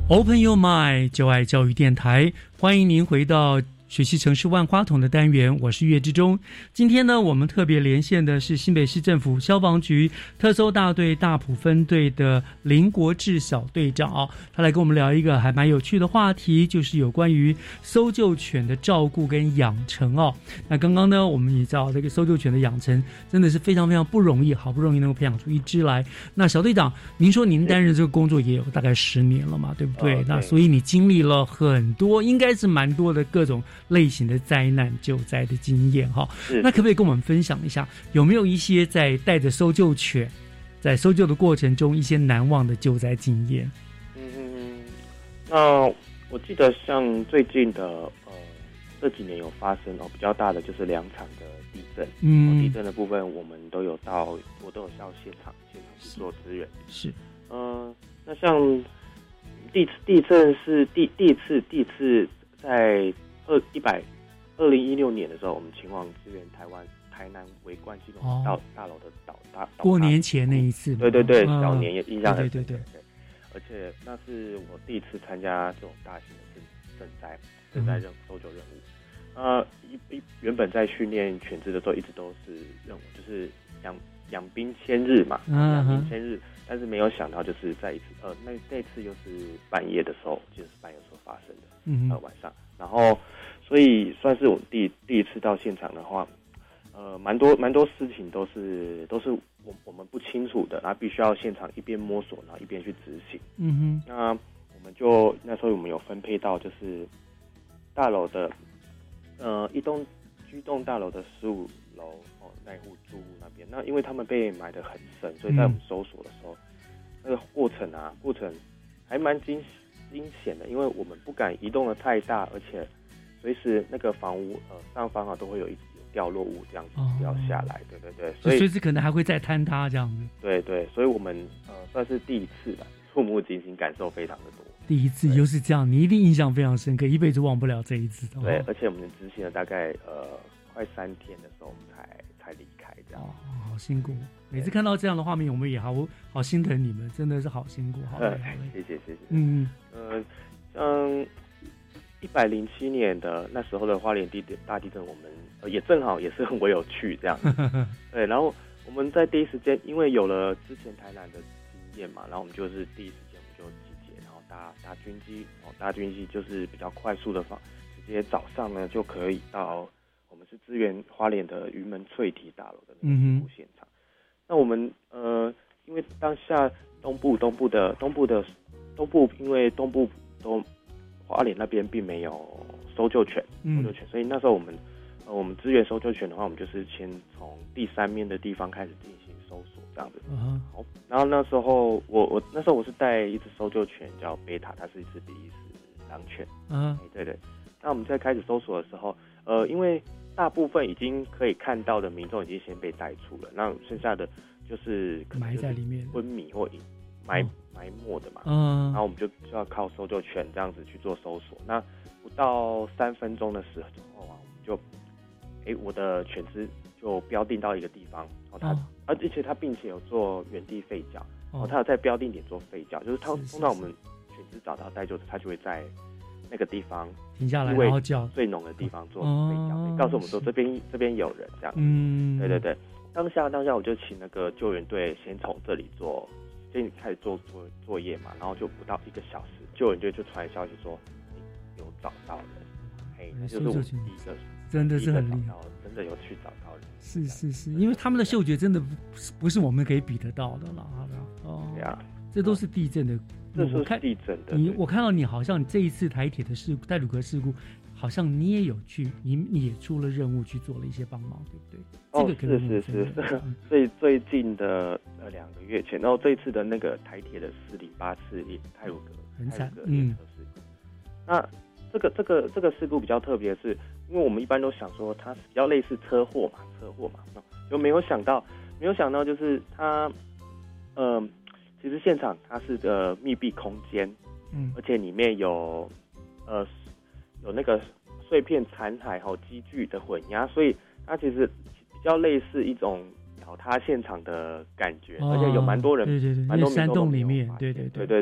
Open Your Mind， 就爱教育电台，欢迎您回到学习城市万花筒的单元，我是岳志忠。今天呢，我们特别连线的是新北市政府消防局特搜大队大埔分队的林国志小队长，他来跟我们聊一个还蛮有趣的话题，就是有关于搜救犬的照顾跟养成哦。那刚刚呢，我们也知道这个搜救犬的养成真的是非常非常不容易，好不容易能够培养出一只来。那小队长，您说您担任这个工作也有大概十年了嘛，对不对？哦、对，那所以你经历了很多，应该是蛮多的各种类型的灾难救灾的经验哈，那可不可以跟我们分享一下，有没有一些在带着搜救犬在搜救的过程中一些难忘的救灾经验？ 嗯，那我记得像最近的呃这几年有发生哦比较大的就是两场的地震，嗯，地震的部分我们都有到，我都有到现场现场去做支援。 是， 呃，那像地地震是第第一次第一次在二一百二零一六年的时候，我们前往支援台湾台南维冠系统大大楼的倒塌。 过年前那一次， 对对对，小、哦、年也印象很深。对对 对, 对，而且那是我第一次参加这种大型的赈灾赈灾任搜救任务。呃，一一原本在训练犬只的时候，一直都是任务就是养养兵千日嘛，养兵千日，但是没有想到就是在一次呃那那次又是半夜的时候，就是半夜的时候发生的，嗯呃晚上，然后。所以算是我们第第一次到现场的话，呃，蛮多蛮多事情都是都是我我们不清楚的，然后必须要现场一边摸索，然后一边去执行。嗯哼。那我们就那时候我们有分配到就是大楼的呃一栋居栋大楼的十五楼哦那一户住户那边，那因为他们被埋得很深，所以在我们搜索的时候，嗯、那个过程啊过程还蛮惊惊险的，因为我们不敢移动的太大，而且。随时那个房屋呃上方啊都会有一有掉落物这样子掉下来，哦、对对对， 所以随时可能还会再坍塌这样子。 对对，所以我们呃算是第一次吧，触目惊心，感受非常的多。 第一次又是这样，你一定印象非常深刻，一辈子忘不了这一次。 对，而且我们执行了大概呃快三天的时候，我们才才离开这样。 哦，好辛苦！每次看到这样的画面，我们也好好心疼你们，真的是好辛苦，好累，好累。 谢谢谢谢。 嗯呃像。一百零七年的那时候的花莲地大地震，我们、呃、也正好也是我有去这样，对，然后我们在第一时间，因为有了之前台南的经验嘛，然后我们就是第一时间我们就集结，然后搭搭军机，哦，搭军机就是比较快速的方，直接早上呢就可以到我们是支援花莲的云门翠堤大楼的那个事故现场。嗯、那我们呃，因为当下东部东部的东部的东部，因为东部都。花莲那边并没有搜救犬，搜救犬，嗯、所以那时候我们，呃，我们支援搜救犬的话，我们就是先从第三面的地方开始进行搜索，这样子。Uh-huh. 好，然后那时候我我那时候我是带一只搜救犬叫贝塔，它是一只比利时狼犬。嗯、uh-huh. 对对。那我们在开始搜索的时候，呃，因为大部分已经可以看到的民众已经先被带出了，那剩下的就是埋在里面， 昏迷或埋。Oh.埋没的嘛，嗯，然后我们就就要靠搜救犬这样子去做搜索。那不到三分钟的时候啊，我们就，哎，我的犬只就标定到一个地方，哦，它，哦、而且它并且有做原地吠叫，哦，它有在标定点做吠叫，就是它通常我们犬只找到带救者，它就会在那个地方停下来，然后叫最浓的地方做吠叫，哦、告诉我们说这边这边有人这样子，嗯，对对对，当下当下我就请那个救援队先从这里做。先开始做作作业嘛，然后就不到一个小时，救援队就传来消息说有找到人，哎，那就是我们第一个， 真的是很厉害， 真的有去找到人。 是是是，因为他们的嗅觉真的不是我们可以比得到的了，好不好？哦， 对啊， 这都是地震的， 这是地震的。 你我看到你好像这一次台铁的事故，太鲁阁事故。好像你也有去，你你也出了任务去做了一些帮忙，对不对？ 哦， 这个可是是是，最最近的呃两个月前，然后这一次的那个台铁的四零八次太鲁阁很惨， 嗯，事故。那这个这个这个事故比较特别的是，因为我们一般都想说它是比较类似车祸嘛，车祸嘛，就没有想到没有想到就是它，呃，其实现场它是个密闭空间，嗯，而且里面有呃。有那个碎片残骸和机具的混压，所以它其实比较类似一种倒塌现场的感觉，哦、而且有蛮多人， 对对对， 蛮多山洞里面，对对对对对，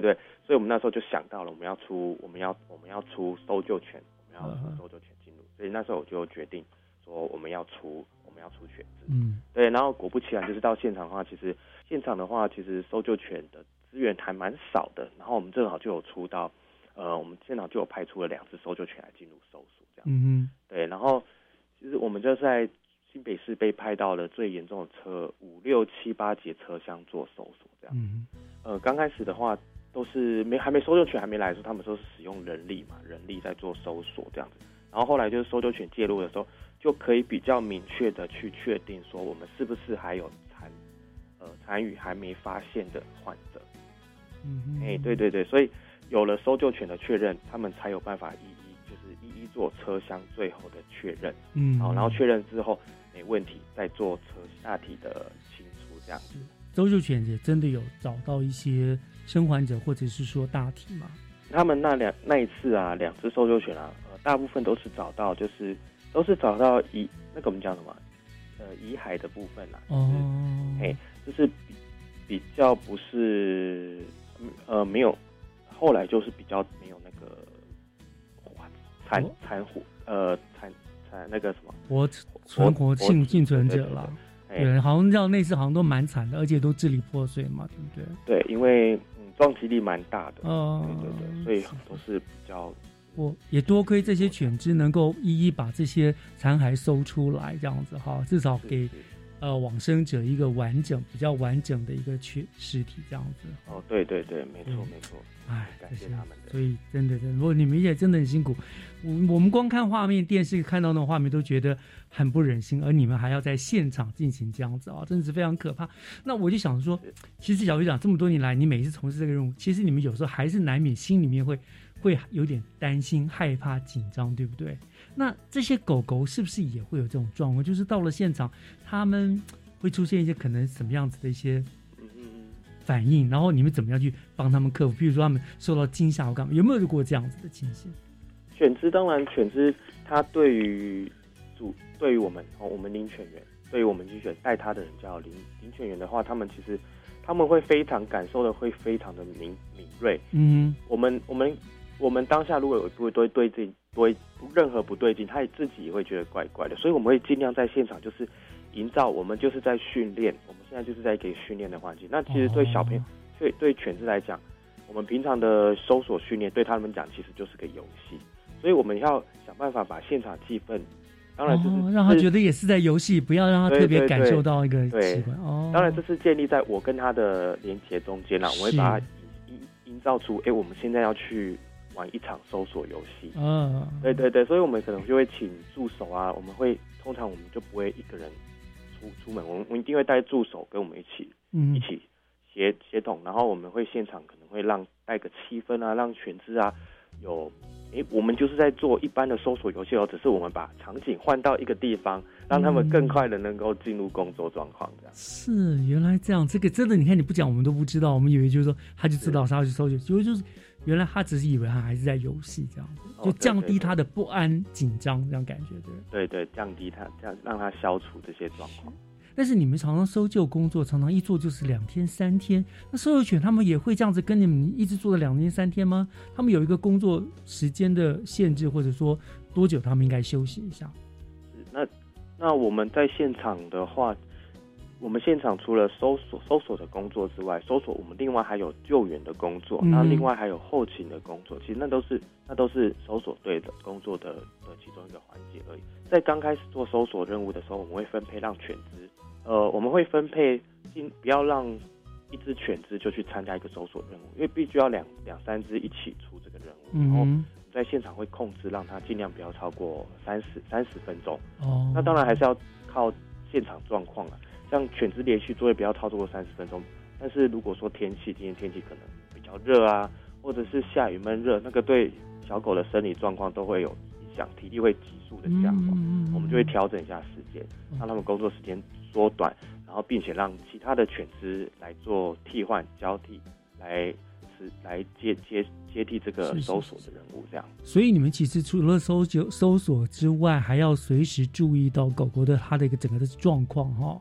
所以我们那时候就想到了，我们要出我们要我们要出搜救犬，我们要出搜救犬进入，所以那时候我就决定说我们要出我们要出犬只。 嗯， 对，然后果不其然，就是到现场的话，其实现场的话，其实搜救犬的资源还蛮少的，然后我们正好就有出到，呃，我们现场就有派出了两只搜救犬来进入搜索，这样。 嗯哼， 对，然后其实我们就在新北市被派到了最严重的车五六七八节车厢做搜索，这样。 嗯， 呃，刚开始的话都是没还没搜救犬还没来的时候，他们都是使用人力嘛，人力在做搜索这样子。然后后来就是搜救犬介入的时候，就可以比较明确的去确定说我们是不是还有残呃残余还没发现的患者。 嗯， 哎、欸，对对对，所以有了搜救犬的确认，他们才有办法一一就是一一做车厢最后的确认。 嗯， 好，然后确认之后没问题，再做车下体的清除这样子。 搜救犬也真的有找到一些生还者或者是说大体吗？ 他们那两那一次啊，两只搜救犬啊，呃，大部分都是找到，就是都是找到遗那个我们讲什么，呃，遗骸的部分啦。 哦， 哎，就是比比较不是呃没有，后来就是比较没有那个残残活呃残残那个什么活存活幸幸存者啦。对，好像叫那次好像都蛮惨的，而且都支离破碎嘛，对不对？ 对，因为嗯撞击力蛮大的， 哦， 对对对，所以都是比较。 我也多亏这些犬只能够一一把这些残骸搜出来，这样子哈，至少给呃往生者一个完整、比较完整的一个躯尸体，这样子。 哦，对对对，没错没错。 哎， 感谢他们的。 所以真的，真的，如果你们也真的很辛苦，我我们光看画面、电视看到那画面都觉得很不忍心，而你们还要在现场进行这样子啊，真的是非常可怕。那我就想说，其实小队长这么多年来，你每一次从事这个任务，其实你们有时候还是难免心里面会会有点担心、害怕、紧张，对不对？那这些狗狗是不是也会有这种状况？就是到了现场，他们会出现一些可能什么样子的一些反应，然后你们怎么样去帮他们克服？比如说他们受到惊吓或干嘛，有没有过这样子的情形？ 犬只当然，犬只它对于主对于我们哦，我们领犬员，对于我们领犬带它的人叫领领犬员的话，他们其实他们会非常感受的会非常的敏敏锐。 嗯， 我们我们我们当下如果有不对对自己对任何不对劲，他自己也会觉得怪怪的，所以我们会尽量在现场就是营造我们就是在训练，我们现在就是在给训练的环境。那其实对小朋友，对对犬只来讲，我们平常的搜索训练对他们讲其实就是个游戏，所以我们要想办法把现场气氛，当然就是、 哦、让他觉得也是在游戏，不要让他特别感受到一个奇怪。哦， 当然这是建立在我跟他的连结中间啦，我会把它营营造出，哎，我们现在要去玩一场搜索游戏。 嗯， 对对对，所以我们可能就会请助手啊，我们会通常我们就不会一个人出出门，我们我们一定会带助手跟我们一起， 嗯， 一起协协同，然后我们会现场可能会让带个气氛啊，让犬只啊有，哎，我们就是在做一般的搜索游戏哦，只是我们把场景换到一个地方，让他们更快的能够进入工作状况，这样。 是原来这样，这个真的，你看你不讲我们都不知道，我们以为就是说他就知道他要去搜索，结果就是原来他只是以为他还是在游戏这样子，就降低他的不安、紧张这样感觉， 对。对对，降低他，这样让他消除这些状况。 但是你们常常搜救工作，常常一做就是两天三天。那搜救犬他们也会这样子跟你们一直做了两天三天吗？他们有一个工作时间的限制，或者说多久他们应该休息一下？ 那那我们在现场的话，我们现场除了搜索搜索的工作之外，搜索我们另外还有救援的工作，那、嗯、另外还有后勤的工作，其实那都是那都是搜索队的工作的的其中一个环节而已。在刚开始做搜索任务的时候，我们会分配让犬只，呃，我们会分配尽不要让一只犬只就去参加一个搜索任务，因为必须要两两三只一起出这个任务， 嗯、 然后在现场会控制让它尽量不要超过三十三十分钟。 哦， 那当然还是要靠现场状况啊。像犬只连续作业不要超过三十分钟，但是如果说天气今天天气可能比较热啊，或者是下雨闷热，那个对小狗的生理状况都会有影响，体力会急速的下滑， 嗯、 我们就会调整一下时间，让他们工作时间缩短，然后并且让其他的犬只来做替换交替，来来接接接替这个搜索的任务，这样。 所以你们其实除了搜救搜索之外，还要随时注意到狗狗的它的一个整个的状况哈。 没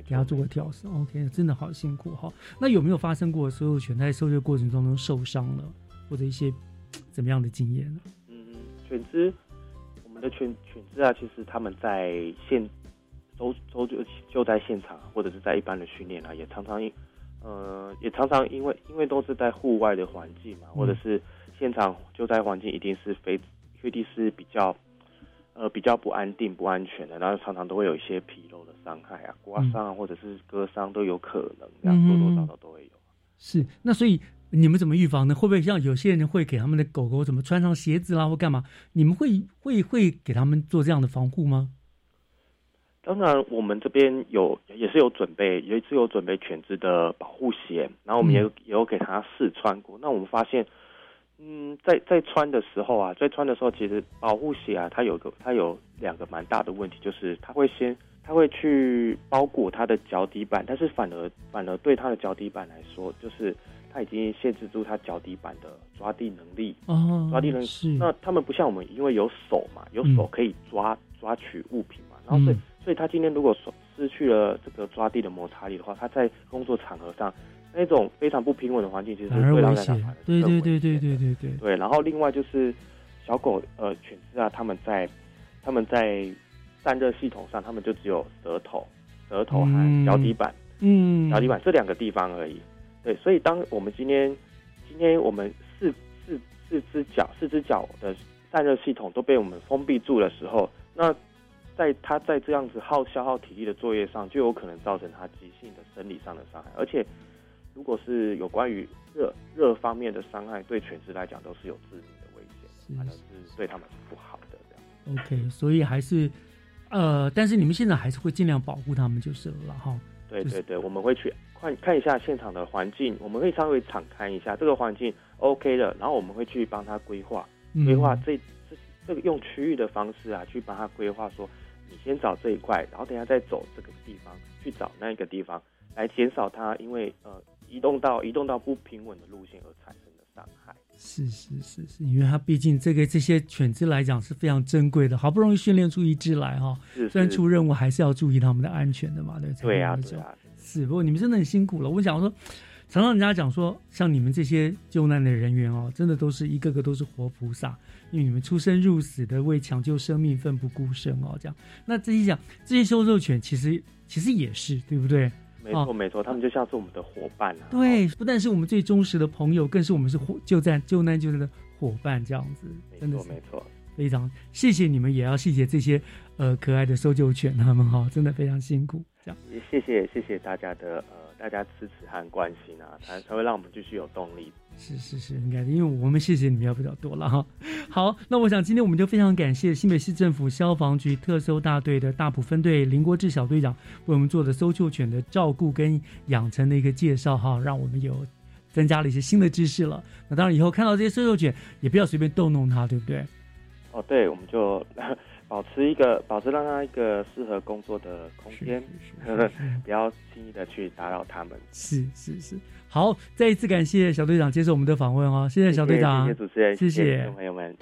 给他做个调试。OK， 真的好辛苦哈。那有没有发生过所有犬在收救过程当中受伤了，或者一些怎么样的经验呢？ 嗯，犬只，我们的犬犬只啊，其实他们在现搜搜救救灾现场，或者是在一般的训练啊，也常常呃也常常因为因为都是在户外的环境嘛，嗯、或者是现场救灾环境一定是非确定是比较。呃，比较不安定、不安全的，然后常常都会有一些皮肉的伤害啊，刮伤啊，嗯、或者是割伤都有可能，这样多多少少都会有。 是，那所以你们怎么预防呢？会不会像有些人会给他们的狗狗怎么穿上鞋子啦，或干嘛？你们会会会给他们做这样的防护吗？ 当然，我们这边有也是有准备，也是有准备犬只的保护鞋，然后我们也有、嗯、也有给他试穿过。那我们发现。嗯，在在穿的时候啊，在穿的时候，其实保护鞋啊，它有个它有两个蛮大的问题，就是它会先它会去包裹它的脚底板，但是反而反而对它的脚底板来说，就是它已经限制住它脚底板的抓地能力。哦，抓地能力。是。那他们不像我们，因为有手嘛，有手可以抓、嗯、抓取物品嘛，然后所以、嗯、所以他今天如果手失去了这个抓地的摩擦力的话，他在工作场合上。那种非常不平稳的环境，其实对它来讲反而对对对对对对对对。然后另外就是小狗呃犬只啊，他们在他们在散热系统上，他们就只有舌头、舌头和脚底板，嗯，脚底板这两个地方而已。对，所以当我们今天今天我们四四四只脚四只脚的散热系统都被我们封闭住的时候，那在它在这样子耗消耗体力的作业上，就有可能造成它急性的生理上的伤害，而且。如果是有关于热热方面的伤害，对犬只来讲都是有致命的危险，反而是对他们是不好的这样。OK， 所以还是呃，但是你们现在还是会尽量保护他们就是了哈。 对对对，我们会去看看一下现场的环境，我们会稍微敞开一下这个环境 OK 了，然后我们会去帮他规划规划这这这个用区域的方式啊，去帮他规划说，你先找这一块，然后等一下再走这个地方去找那一个地方，来减少它因为呃。移动到移动到不平稳的路线而产生的伤害。 是是是是，因为它毕竟这个这些犬只来讲是非常珍贵的，好不容易训练出一只来哈，虽然出任务还是要注意他们的安全的嘛，对不对？ 对啊对啊， 是。不过你们真的很辛苦了。我想说，常常人家讲说，像你们这些救难的人员哦，真的都是一个个都是活菩萨，因为你们出生入死的为抢救生命奋不顾身哦，这样。那这些讲这些收救犬其实其实也是对不对？ 没错没错，他们就像是我们的伙伴啊。 对，不但是我们最忠实的朋友，更是我们是救战救难救难的伙伴，这样子，真的是没错。 非常谢谢你们，也要谢谢这些呃可爱的搜救犬，他们哈真的非常辛苦。这样， 也谢谢谢谢大家的呃大家支持和关心啊，才才会让我们继续有动力。 是是是，应该的，因为我们谢谢你们要比较多了哈。好，那我想今天我们就非常感谢新北市政府消防局特搜大队的大埔分队林国志小队长为我们做的搜救犬的照顾跟养成的一个介绍哈，让我们有增加了一些新的知识了。那当然以后看到这些搜救犬也不要随便逗弄它，对不对？ 哦，对，我们就保持一个保持让它一个适合工作的空间，不要轻易的去打扰他们。 是是是。好，再一次感谢小队长接受我们的访问哦，谢谢小队长， 谢谢主持人， 谢谢听众朋友们。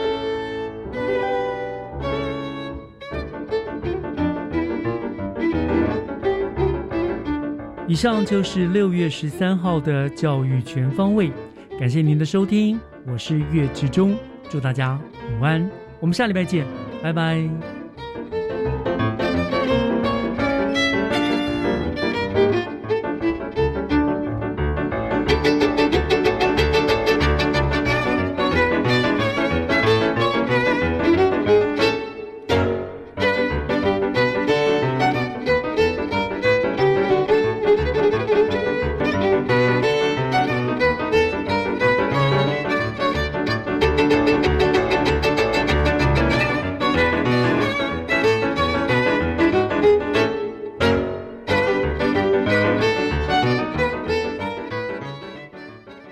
以上就是六月十三号的教育全方位，感谢您的收听，我是岳志忠，祝大家午安，我们下礼拜见，拜拜。